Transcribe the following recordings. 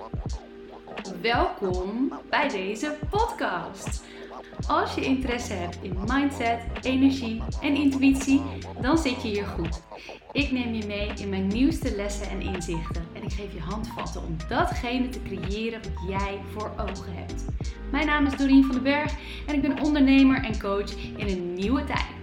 Welkom bij deze podcast. Als je interesse hebt in mindset, energie en intuïtie, dan zit je hier goed. Ik neem je mee in mijn nieuwste lessen en inzichten en ik geef je handvatten om datgene te creëren wat jij voor ogen hebt. Mijn naam is Dorien van den Berg en ik ben ondernemer en coach in een nieuwe tijd.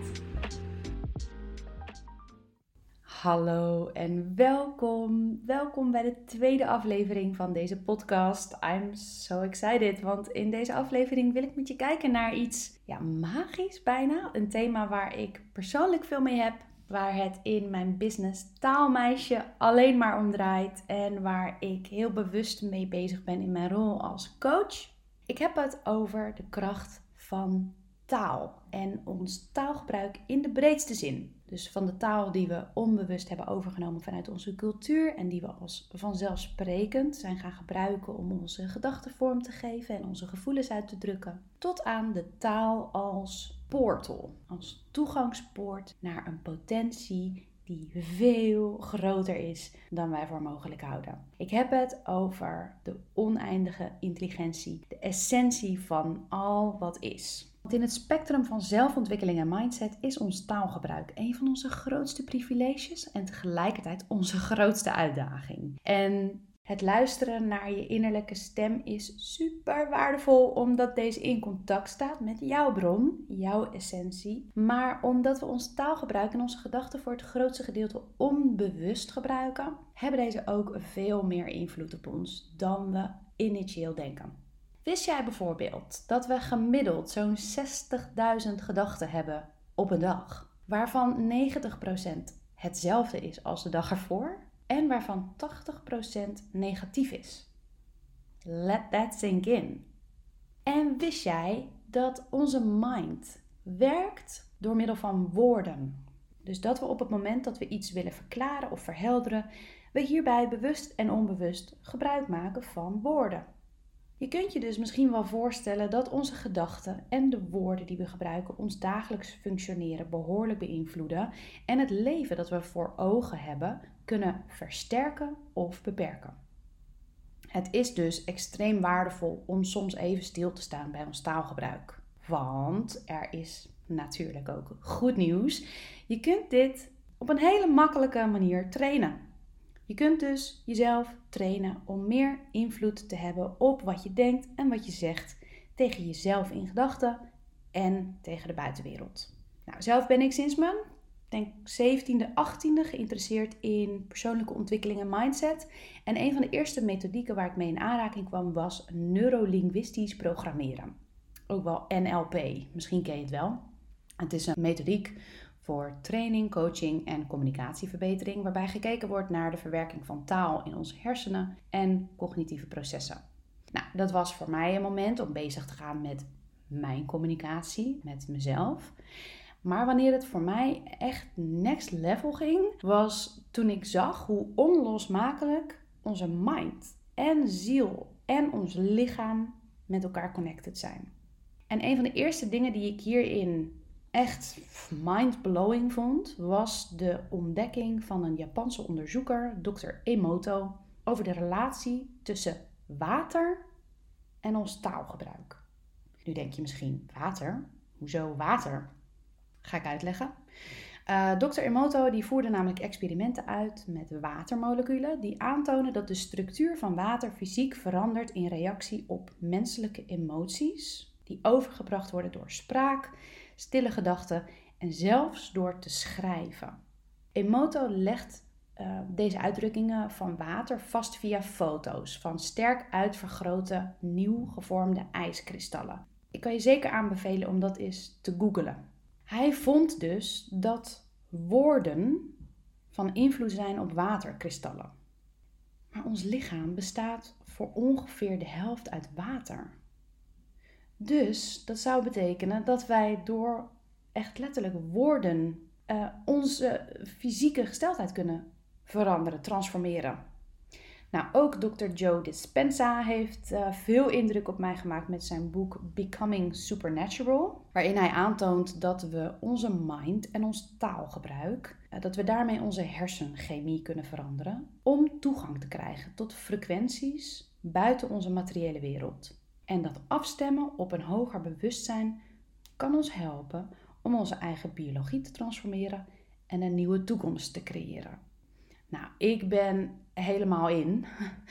Hallo en welkom. Welkom bij de tweede aflevering van deze podcast. I'm so excited, want in deze aflevering wil ik met je kijken naar iets magisch bijna. Een thema waar ik persoonlijk veel mee heb, waar het in mijn business Taalmeisje alleen maar om draait en waar ik heel bewust mee bezig ben in mijn rol als coach. Ik heb het over de kracht van taal en ons taalgebruik in de breedste zin. Dus van de taal die we onbewust hebben overgenomen vanuit onze cultuur en die we als vanzelfsprekend zijn gaan gebruiken om onze gedachten vorm te geven en onze gevoelens uit te drukken. Tot aan de taal als portal, als toegangspoort naar een potentie die veel groter is dan wij voor mogelijk houden. Ik heb het over de oneindige intelligentie, de essentie van al wat is. Want in het spectrum van zelfontwikkeling en mindset is ons taalgebruik een van onze grootste privileges en tegelijkertijd onze grootste uitdaging. En het luisteren naar je innerlijke stem is super waardevol omdat deze in contact staat met jouw bron, jouw essentie. Maar omdat we ons taalgebruik en onze gedachten voor het grootste gedeelte onbewust gebruiken, hebben deze ook veel meer invloed op ons dan we initieel denken. Wist jij bijvoorbeeld dat we gemiddeld zo'n 60.000 gedachten hebben op een dag, waarvan 90% hetzelfde is als de dag ervoor en waarvan 80% negatief is? Let that sink in. En wist jij dat onze mind werkt door middel van woorden? Dus dat we op het moment dat we iets willen verklaren of verhelderen, we hierbij bewust en onbewust gebruik maken van woorden. Je kunt je dus misschien wel voorstellen dat onze gedachten en de woorden die we gebruiken ons dagelijks functioneren behoorlijk beïnvloeden en het leven dat we voor ogen hebben kunnen versterken of beperken. Het is dus extreem waardevol om soms even stil te staan bij ons taalgebruik. Want er is natuurlijk ook goed nieuws. Je kunt dit op een hele makkelijke manier trainen. Je kunt dus jezelf trainen om meer invloed te hebben op wat je denkt en wat je zegt tegen jezelf in gedachten en tegen de buitenwereld. Nou, zelf ben ik sinds mijn 17e, 18e geïnteresseerd in persoonlijke ontwikkeling en mindset. En een van de eerste methodieken waar ik mee in aanraking kwam was neurolinguistisch programmeren. Ook wel NLP, misschien ken je het wel. Het is een methodiek voor training, coaching en communicatieverbetering, waarbij gekeken wordt naar de verwerking van taal in onze hersenen en cognitieve processen. Nou, dat was voor mij een moment om bezig te gaan met mijn communicatie, met mezelf. Maar wanneer het voor mij echt next level ging, was toen ik zag hoe onlosmakelijk onze mind en ziel en ons lichaam met elkaar connected zijn. En een van de eerste dingen die ik hierin echt mind-blowing vond, was de ontdekking van een Japanse onderzoeker, Dr. Emoto, over de relatie tussen water en ons taalgebruik. Nu denk je misschien, water? Hoezo water? Ga ik uitleggen. Dr. Emoto die voerde namelijk experimenten uit met watermoleculen die aantonen dat de structuur van water fysiek verandert in reactie op menselijke emoties die overgebracht worden door spraak, stille gedachten en zelfs door te schrijven. Emoto legt deze uitdrukkingen van water vast via foto's van sterk uitvergrote, nieuw gevormde ijskristallen. Ik kan je zeker aanbevelen om dat eens te googlen. Hij vond dus dat woorden van invloed zijn op waterkristallen. Maar ons lichaam bestaat voor ongeveer de helft uit water. Dus dat zou betekenen dat wij door echt letterlijk woorden onze fysieke gesteldheid kunnen veranderen, transformeren. Nou, ook Dr. Joe Dispenza heeft veel indruk op mij gemaakt met zijn boek Becoming Supernatural. Waarin hij aantoont dat we onze mind en ons taalgebruik, dat we daarmee onze hersenchemie kunnen veranderen. Om toegang te krijgen tot frequenties buiten onze materiële wereld. En dat afstemmen op een hoger bewustzijn kan ons helpen om onze eigen biologie te transformeren en een nieuwe toekomst te creëren. Nou, ik ben helemaal in.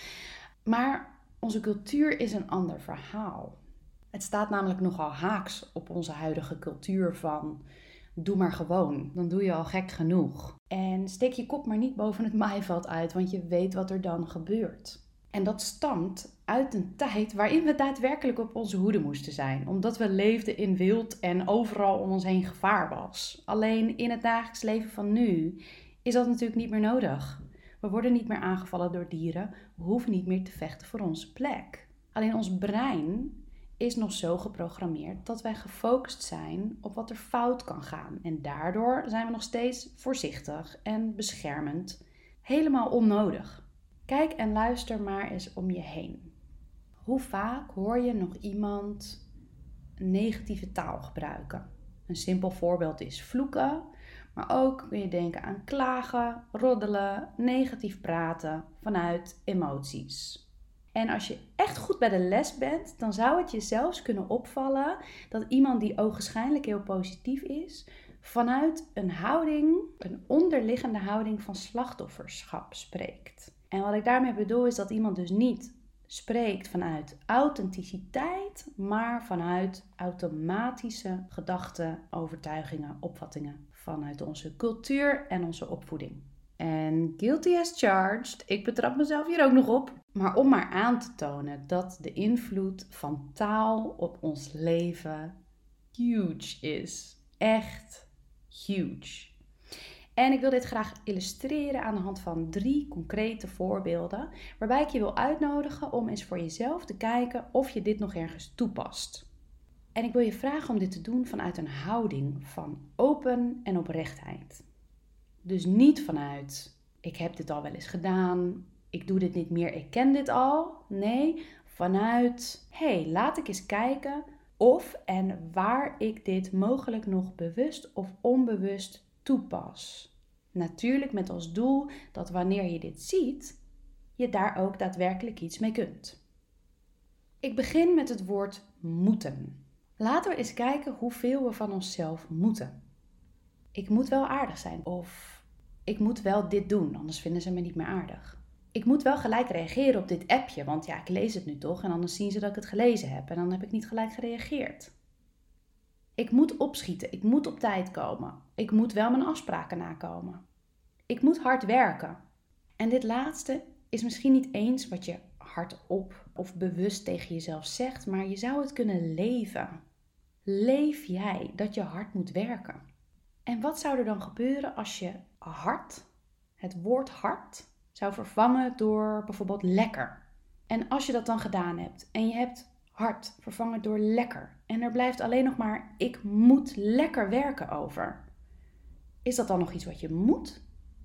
Maar onze cultuur is een ander verhaal. Het staat namelijk nogal haaks op onze huidige cultuur van doe maar gewoon, dan doe je al gek genoeg. En steek je kop maar niet boven het maaiveld uit, want je weet wat er dan gebeurt. En dat stamt uit een tijd waarin we daadwerkelijk op onze hoede moesten zijn. Omdat we leefden in wild en overal om ons heen gevaar was. Alleen in het dagelijks leven van nu is dat natuurlijk niet meer nodig. We worden niet meer aangevallen door dieren. We hoeven niet meer te vechten voor onze plek. Alleen ons brein is nog zo geprogrammeerd dat wij gefocust zijn op wat er fout kan gaan. En daardoor zijn we nog steeds voorzichtig en beschermend. Helemaal onnodig. Kijk en luister maar eens om je heen. Hoe vaak hoor je nog iemand negatieve taal gebruiken? Een simpel voorbeeld is vloeken, maar ook kun je denken aan klagen, roddelen, negatief praten vanuit emoties. En als je echt goed bij de les bent, dan zou het je zelfs kunnen opvallen dat iemand die ogenschijnlijk heel positief is, vanuit een houding, een onderliggende houding van slachtofferschap spreekt. En wat ik daarmee bedoel is dat iemand dus niet spreekt vanuit authenticiteit, maar vanuit automatische gedachten, overtuigingen, opvattingen vanuit onze cultuur en onze opvoeding. En guilty as charged, ik betrap mezelf hier ook nog op. Maar om maar aan te tonen dat de invloed van taal op ons leven huge is. Echt huge. En ik wil dit graag illustreren aan de hand van 3 concrete voorbeelden, waarbij ik je wil uitnodigen om eens voor jezelf te kijken of je dit nog ergens toepast. En ik wil je vragen om dit te doen vanuit een houding van open en oprechtheid. Dus niet vanuit, ik heb dit al wel eens gedaan, ik doe dit niet meer, ik ken dit al. Nee, vanuit, laat ik eens kijken of en waar ik dit mogelijk nog bewust of onbewust toepas. Natuurlijk met als doel dat wanneer je dit ziet, je daar ook daadwerkelijk iets mee kunt. Ik begin met het woord moeten. Laten we eens kijken hoeveel we van onszelf moeten. Ik moet wel aardig zijn of ik moet wel dit doen, anders vinden ze me niet meer aardig. Ik moet wel gelijk reageren op dit appje, want ja, ik lees het nu toch en anders zien ze dat ik het gelezen heb en dan heb ik niet gelijk gereageerd. Ik moet opschieten, ik moet op tijd komen. Ik moet wel mijn afspraken nakomen. Ik moet hard werken. En dit laatste is misschien niet eens wat je hardop of bewust tegen jezelf zegt, maar je zou het kunnen leven. Leef jij dat je hard moet werken? En wat zou er dan gebeuren als je hard, het woord hard, zou vervangen door bijvoorbeeld lekker? En als je dat dan gedaan hebt en je hebt hard vervangen door lekker en er blijft alleen nog maar ik moet lekker werken over. Is dat dan nog iets wat je moet?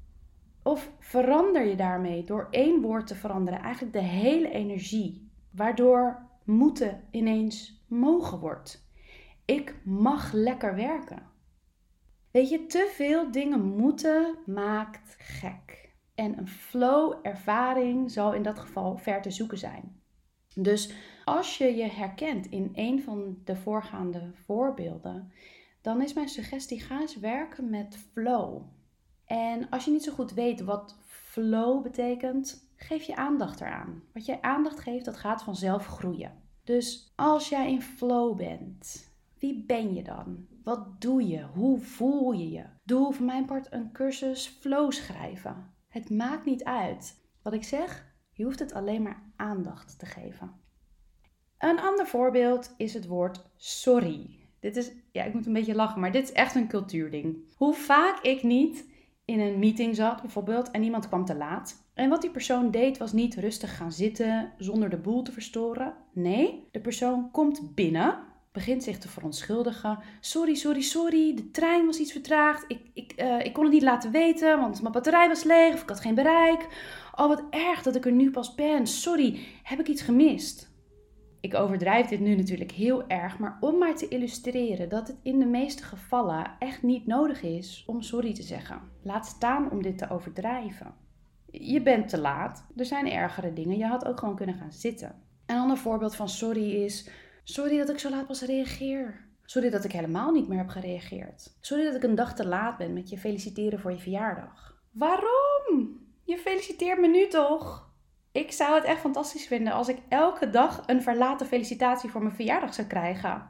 Of verander je daarmee door 1 woord te veranderen eigenlijk de hele energie, waardoor moeten ineens mogen wordt? Ik mag lekker werken. Weet je, te veel dingen moeten maakt gek. En een flow-ervaring zal in dat geval ver te zoeken zijn. Dus als je je herkent in een van de voorgaande voorbeelden, dan is mijn suggestie, ga eens werken met flow. En als je niet zo goed weet wat flow betekent, geef je aandacht eraan. Wat jij aandacht geeft, dat gaat vanzelf groeien. Dus als jij in flow bent, wie ben je dan? Wat doe je? Hoe voel je je? Doe voor mijn part een cursus flow schrijven. Het maakt niet uit. Wat ik zeg, je hoeft het alleen maar aandacht te geven. Een ander voorbeeld is het woord sorry. Dit is, ik moet een beetje lachen, maar dit is echt een cultuurding. Hoe vaak ik niet in een meeting zat bijvoorbeeld en iemand kwam te laat. En wat die persoon deed was niet rustig gaan zitten zonder de boel te verstoren. Nee, de persoon komt binnen begint zich te verontschuldigen. Sorry, de trein was iets vertraagd. Ik kon het niet laten weten, want mijn batterij was leeg of ik had geen bereik. Oh, wat erg dat ik er nu pas ben. Sorry, heb ik iets gemist? Ik overdrijf dit nu natuurlijk heel erg, maar om maar te illustreren dat het in de meeste gevallen echt niet nodig is om sorry te zeggen. Laat staan om dit te overdrijven. Je bent te laat, er zijn ergere dingen, je had ook gewoon kunnen gaan zitten. Een ander voorbeeld van sorry is: sorry dat ik zo laat pas reageer. Sorry dat ik helemaal niet meer heb gereageerd. Sorry dat ik een dag te laat ben met je feliciteren voor je verjaardag. Waarom? Je feliciteert me nu toch? Ik zou het echt fantastisch vinden als ik elke dag een verlaten felicitatie voor mijn verjaardag zou krijgen.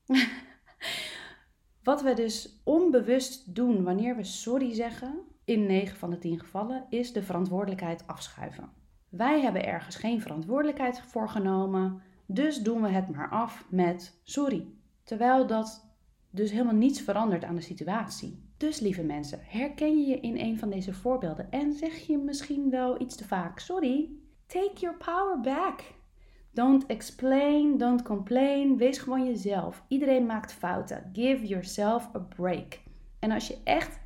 Wat we dus onbewust doen wanneer we sorry zeggen, in 9 van de 10 gevallen, is de verantwoordelijkheid afschuiven. Wij hebben ergens geen verantwoordelijkheid voor genomen, dus doen we het maar af met sorry. Terwijl dat dus helemaal niets verandert aan de situatie. Dus lieve mensen, herken je je in een van deze voorbeelden en zeg je misschien wel iets te vaak sorry? Take your power back. Don't explain, don't complain. Wees gewoon jezelf. Iedereen maakt fouten. Give yourself a break. En als je echt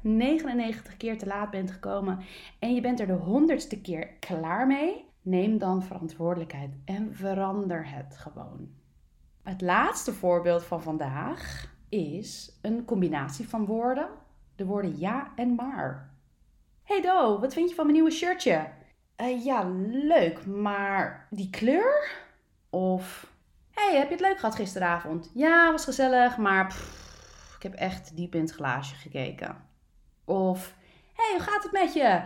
99 keer te laat bent gekomen en je bent er de 100ste keer klaar mee, neem dan verantwoordelijkheid en verander het gewoon. Het laatste voorbeeld van vandaag is een combinatie van woorden. De woorden ja en maar. Hey Do, wat vind je van mijn nieuwe shirtje? Ja, leuk, maar die kleur? Of, hey, heb je het leuk gehad gisteravond? Ja, was gezellig, maar ik heb echt diep in het glaasje gekeken. Of, hey, hoe gaat het met je?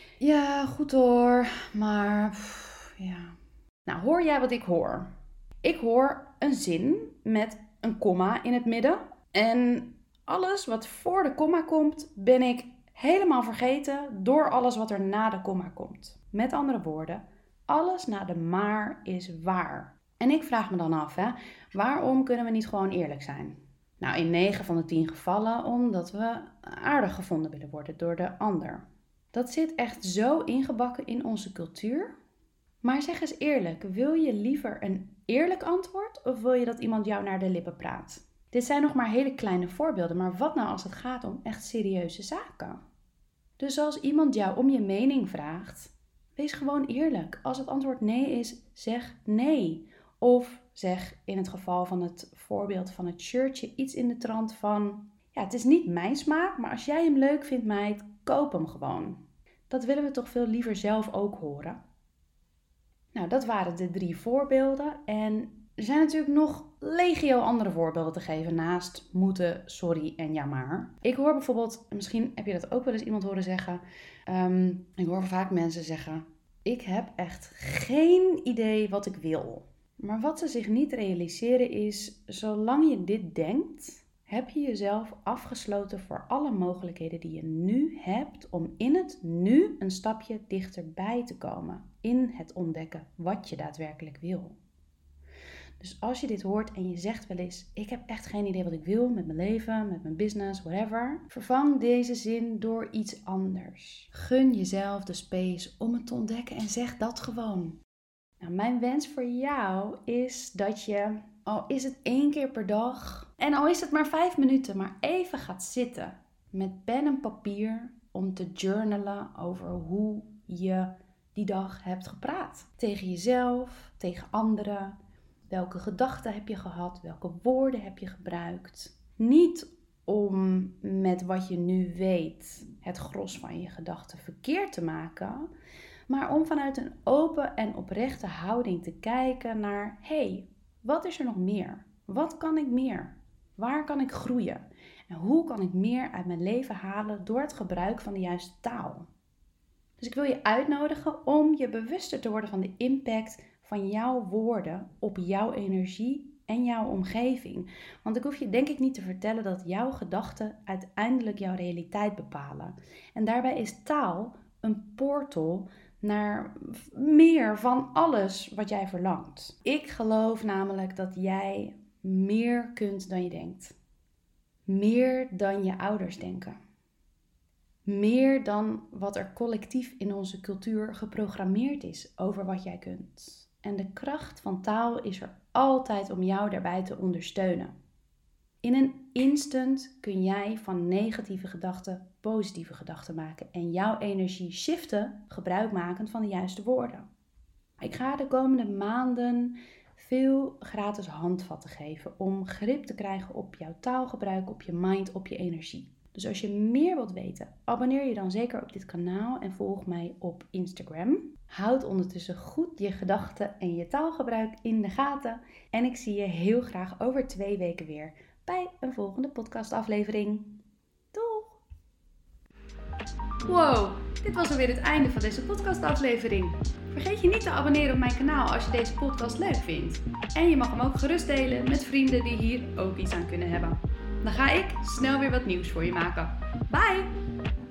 Ja, goed hoor, maar ja. Nou, hoor jij wat ik hoor? Ik hoor een zin met een komma in het midden. En alles wat voor de komma komt, ben ik helemaal vergeten door alles wat er na de komma komt. Met andere woorden, alles na de maar is waar. En ik vraag me dan af, waarom kunnen we niet gewoon eerlijk zijn? Nou, in 9 van de 10 gevallen omdat we aardig gevonden willen worden door de ander. Dat zit echt zo ingebakken in onze cultuur. Maar zeg eens eerlijk, wil je liever een eerlijk antwoord of wil je dat iemand jou naar de lippen praat? Dit zijn nog maar hele kleine voorbeelden, maar wat nou als het gaat om echt serieuze zaken? Dus als iemand jou om je mening vraagt, wees gewoon eerlijk. Als het antwoord nee is, zeg nee. Of zeg in het geval van het voorbeeld van het shirtje iets in de trant van: ja, het is niet mijn smaak, maar als jij hem leuk vindt, meid, koop hem gewoon. Dat willen we toch veel liever zelf ook horen. Nou, dat waren de 3 voorbeelden. En er zijn natuurlijk nog legio andere voorbeelden te geven naast moeten, sorry en ja maar. Ik hoor bijvoorbeeld, misschien heb je dat ook wel eens iemand horen zeggen. Ik hoor vaak mensen zeggen: ik heb echt geen idee wat ik wil. Maar wat ze zich niet realiseren is, zolang je dit denkt, heb je jezelf afgesloten voor alle mogelijkheden die je nu hebt om in het nu een stapje dichterbij te komen. In het ontdekken wat je daadwerkelijk wil. Dus als je dit hoort en je zegt wel eens: ik heb echt geen idee wat ik wil met mijn leven, met mijn business, whatever. Vervang deze zin door iets anders. Gun jezelf de space om het te ontdekken en zeg dat gewoon. Nou, mijn wens voor jou is dat je, al is het 1 keer per dag en al is het maar 5 minuten, maar even gaat zitten met pen en papier om te journalen over hoe je die dag hebt gepraat. Tegen jezelf, tegen anderen. Welke gedachten heb je gehad? Welke woorden heb je gebruikt? Niet om met wat je nu weet het gros van je gedachten verkeerd te maken, maar om vanuit een open en oprechte houding te kijken naar: hey, wat is er nog meer? Wat kan ik meer? Waar kan ik groeien? En hoe kan ik meer uit mijn leven halen door het gebruik van de juiste taal? Dus ik wil je uitnodigen om je bewuster te worden van de impact van jouw woorden op jouw energie en jouw omgeving. Want ik hoef je denk ik niet te vertellen dat jouw gedachten uiteindelijk jouw realiteit bepalen. En daarbij is taal een portal naar meer van alles wat jij verlangt. Ik geloof namelijk dat jij meer kunt dan je denkt. Meer dan je ouders denken. Meer dan wat er collectief in onze cultuur geprogrammeerd is over wat jij kunt. En de kracht van taal is er altijd om jou daarbij te ondersteunen. In een instant kun jij van negatieve gedachten positieve gedachten maken en jouw energie shiften, gebruikmakend van de juiste woorden. Ik ga de komende maanden veel gratis handvatten geven om grip te krijgen op jouw taalgebruik, op je mind, op je energie. Dus als je meer wilt weten, abonneer je dan zeker op dit kanaal en volg mij op Instagram. Houd ondertussen goed je gedachten en je taalgebruik in de gaten. En ik zie je heel graag over 2 weken weer bij een volgende podcastaflevering. Doeg! Wow, dit was alweer het einde van deze podcastaflevering. Vergeet je niet te abonneren op mijn kanaal als je deze podcast leuk vindt. En je mag hem ook gerust delen met vrienden die hier ook iets aan kunnen hebben. Dan ga ik snel weer wat nieuws voor je maken. Bye!